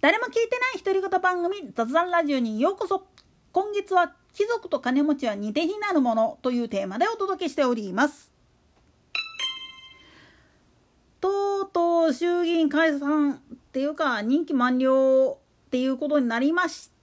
誰も聞いてない独り言番組雑談ラジオにようこそ。今月は貴族と金持ちは似て非なるものというテーマでお届けしております。とうとう衆議院解散っていうか任期満了っていうことになりました。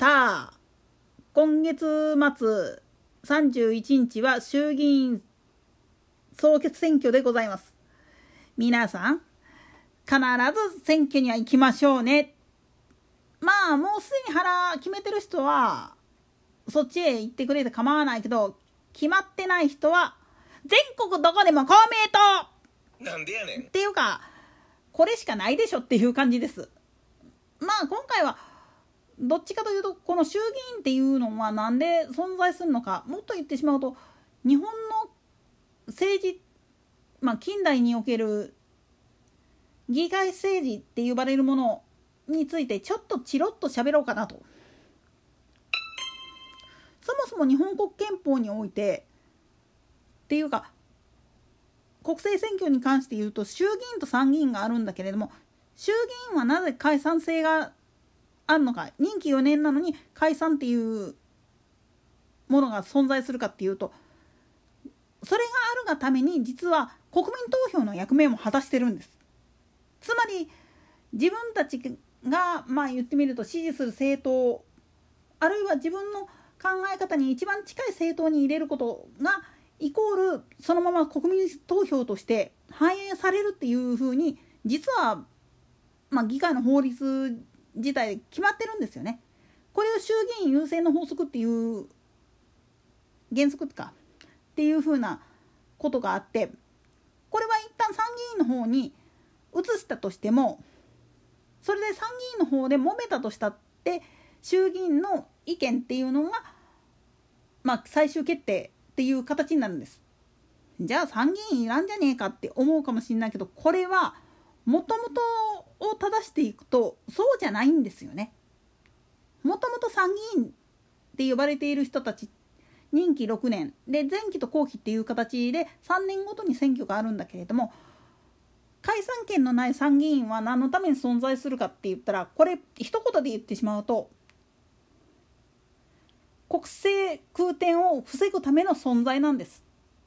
今月末31日は衆議院総決選挙でございます。皆さん必ず選挙には行きましょうね。まあもうすでに腹決めてる人はそっちへ行ってくれて構わないけど、決まってない人は全国どこでも公明党なんでやねんっていうかこれしかないでしょっていう感じです。まあ今回はどっちかというとこの衆議院っていうのはなんで存在するのか、もっと言ってしまうと日本の政治、近代における議会政治って呼ばれるものについてちょっとチロッと喋ろうかなと。そもそも日本国憲法においてっていうか国政選挙に関して言うと衆議院と参議院があるんだけれども、衆議院はなぜ解散性があるのか、任期4年なのに解散っていうものが存在するかっていうと、それがあるがために実は国民投票の役目も果たしてるんです。つまり自分たちが言ってみると支持する政党、あるいは自分の考え方に一番近い政党に入れることがイコールそのまま国民投票として反映されるっていうふうに実は議会の法律自体で決まってるんですよね。これを衆議院優先の法則っていう原則っていうふうなことがあって、これは一旦参議院の方に移したとしても、それで参議院の方で揉めたとしたって衆議院の意見っていうのが最終決定っていう形になるんです。じゃあ参議院いらんじゃねえかって思うかもしれないけど、これはもともとを正していくとそうじゃないんですよね。もともと参議院って呼ばれている人たち任期6年で前期と後期っていう形で3年ごとに選挙があるんだけれども、解散権のない参議院は何のために存在するかって言ったら、これ一言で言ってしまうと国政空転を防ぐための存在なんです。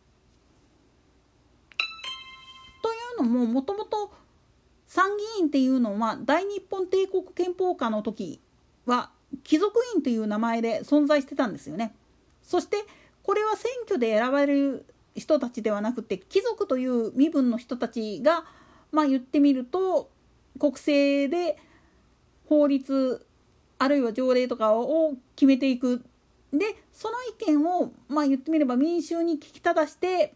というのももともと参議院っていうのは大日本帝国憲法下の時は貴族院という名前で存在してたんですよね。そしてこれは選挙で選ばれる人たちではなくて貴族という身分の人たちが言ってみると国政で法律あるいは条例とかを決めていく。でその意見を言ってみれば民衆に聞きただして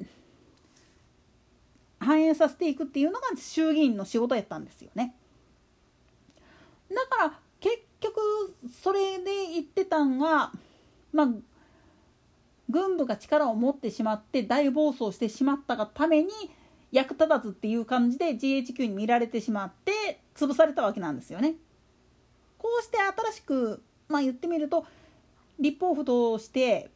反映させていくっていうのが衆議院の仕事やったんですよね。だから結局それで言ってたんが軍部が力を持ってしまって大暴走してしまったがために役立たずっていう感じで GHQ に見られてしまって潰されたわけなんですよね。こうして新しく言ってみると立法府として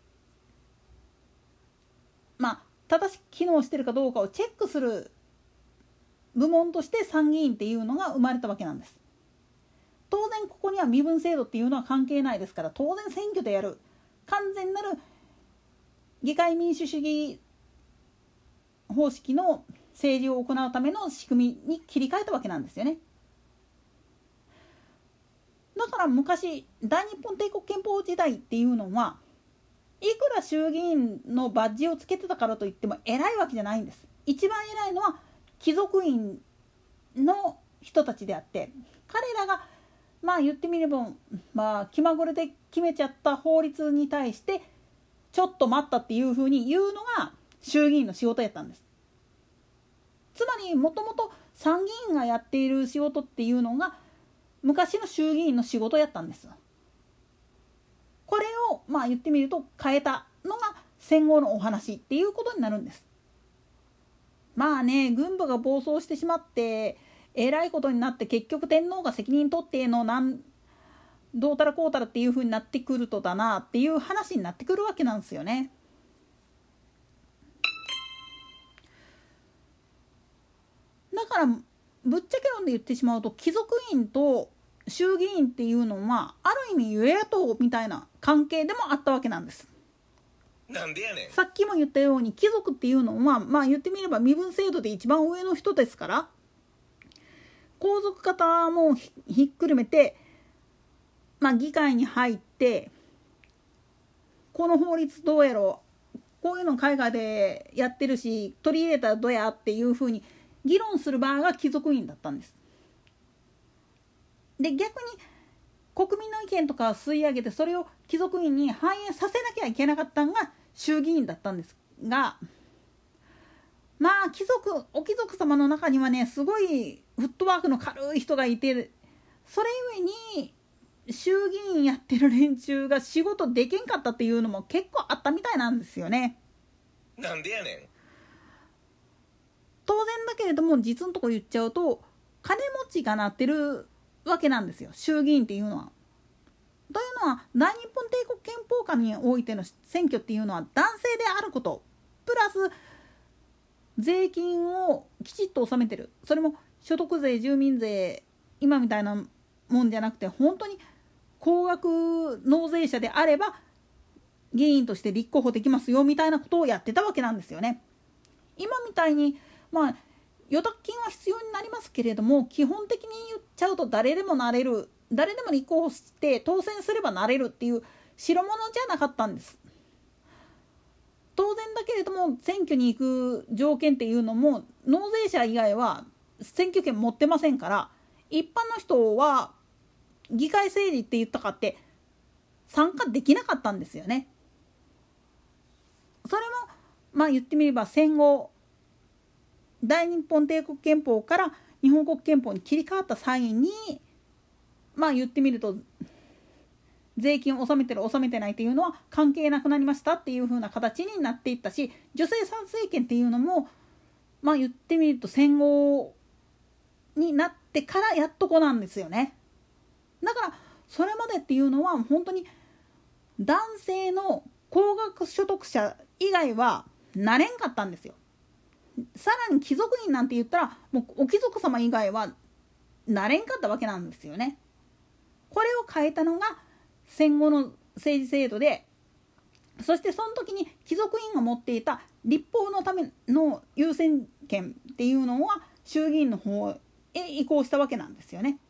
正しく機能しているかどうかをチェックする部門として参議院っていうのが生まれたわけなんです。当然ここには身分制度っていうのは関係ないですから、当然選挙でやる完全なる議会民主主義方式の政治を行うための仕組みに切り替えたわけなんですよね。だから昔大日本帝国憲法時代っていうのはいくら衆議院のバッジをつけてたからといっても偉いわけじゃないんです。一番偉いのは貴族院の人たちであって、彼らが言ってみれば気まぐれで決めちゃった法律に対してちょっと待ったっていうふうに言うのが衆議院の仕事やったんです。つまりもともと参議院がやっている仕事っていうのが昔の衆議院の仕事やったんです。これを言ってみると変えたのが戦後のお話っていうことになるんです。軍部が暴走してしまってえらいことになって結局天皇が責任取ってのどうたらこうたらっていう風になってくるとだなっていう話になってくるわけなんですよね。だからぶっちゃけ論で言ってしまうと貴族院と衆議院っていうのはある意味与野党みたいな関係でもあったわけなんです。 なんでやねん。 さっきも言ったように貴族っていうのは言ってみれば身分制度で一番上の人ですから、皇族方もひっくるめて、議会に入ってこの法律どうやろう、こういうの海外でやってるし取り入れたらどうやっていうふうに議論する場が貴族院だったんです。で逆に国民の意見とかを吸い上げてそれを貴族院に反映させなきゃいけなかったのが衆議院だったんですが、お貴族様の中にはねすごいフットワークの軽い人がいて、それゆえに衆議院やってる連中が仕事できんかったっていうのも結構あったみたいなんですよね。 なんでやねん。 当然だけれども実のとこ言っちゃうと金持ちがなってるわけなんですよ、衆議院っていうのは。というのは大日本帝国憲法下においての選挙っていうのは男性であることプラス税金をきちっと納めてる、それも所得税住民税今みたいなもんじゃなくて本当に高額納税者であれば議員として立候補できますよみたいなことをやってたわけなんですよね。今みたいに預託金は必要になりますけれども基本的に言っちゃうと誰でもなれる、誰でも立候補して当選すればなれるっていう代物じゃなかったんです。当然だけれども選挙に行く条件っていうのも納税者以外は選挙権持ってませんから、一般の人は議会政治って言ったかって参加できなかったんですよね。それも言ってみれば戦後大日本帝国憲法から日本国憲法に切り替わった際に言ってみると税金を納めてる納めてないっていうのは関係なくなりましたっていう風な形になっていったし、女性参政権っていうのも言ってみると戦後になってからやっとこなんですよね。だからそれまでっていうのは本当に男性の高額所得者以外はなれんかったんですよ。さらに貴族院なんて言ったらもうお貴族様以外はなれんかったわけなんですよね。これを変えたのが戦後の政治制度で、そしてその時に貴族院が持っていた立法のための優先権っていうのは衆議院の方へ移行したわけなんですよね。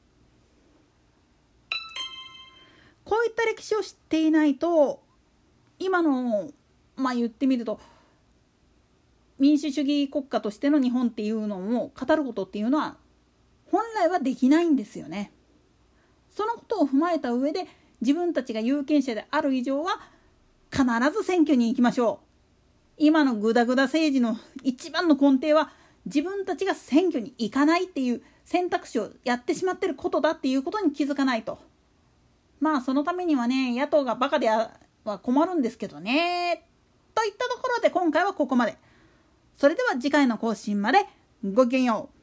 こういった歴史を知っていないと今の言ってみると民主主義国家としての日本っていうのを語ることっていうのは本来はできないんですよね。そのことを踏まえた上で自分たちが有権者である以上は必ず選挙に行きましょう。今のグダグダ政治の一番の根底は自分たちが選挙に行かないっていう選択肢をやってしまっていることだっていうことに気づかないと、そのためにはね野党がバカでは困るんですけどね。といったところで今回はここまで。それでは次回の更新までごきげんよう。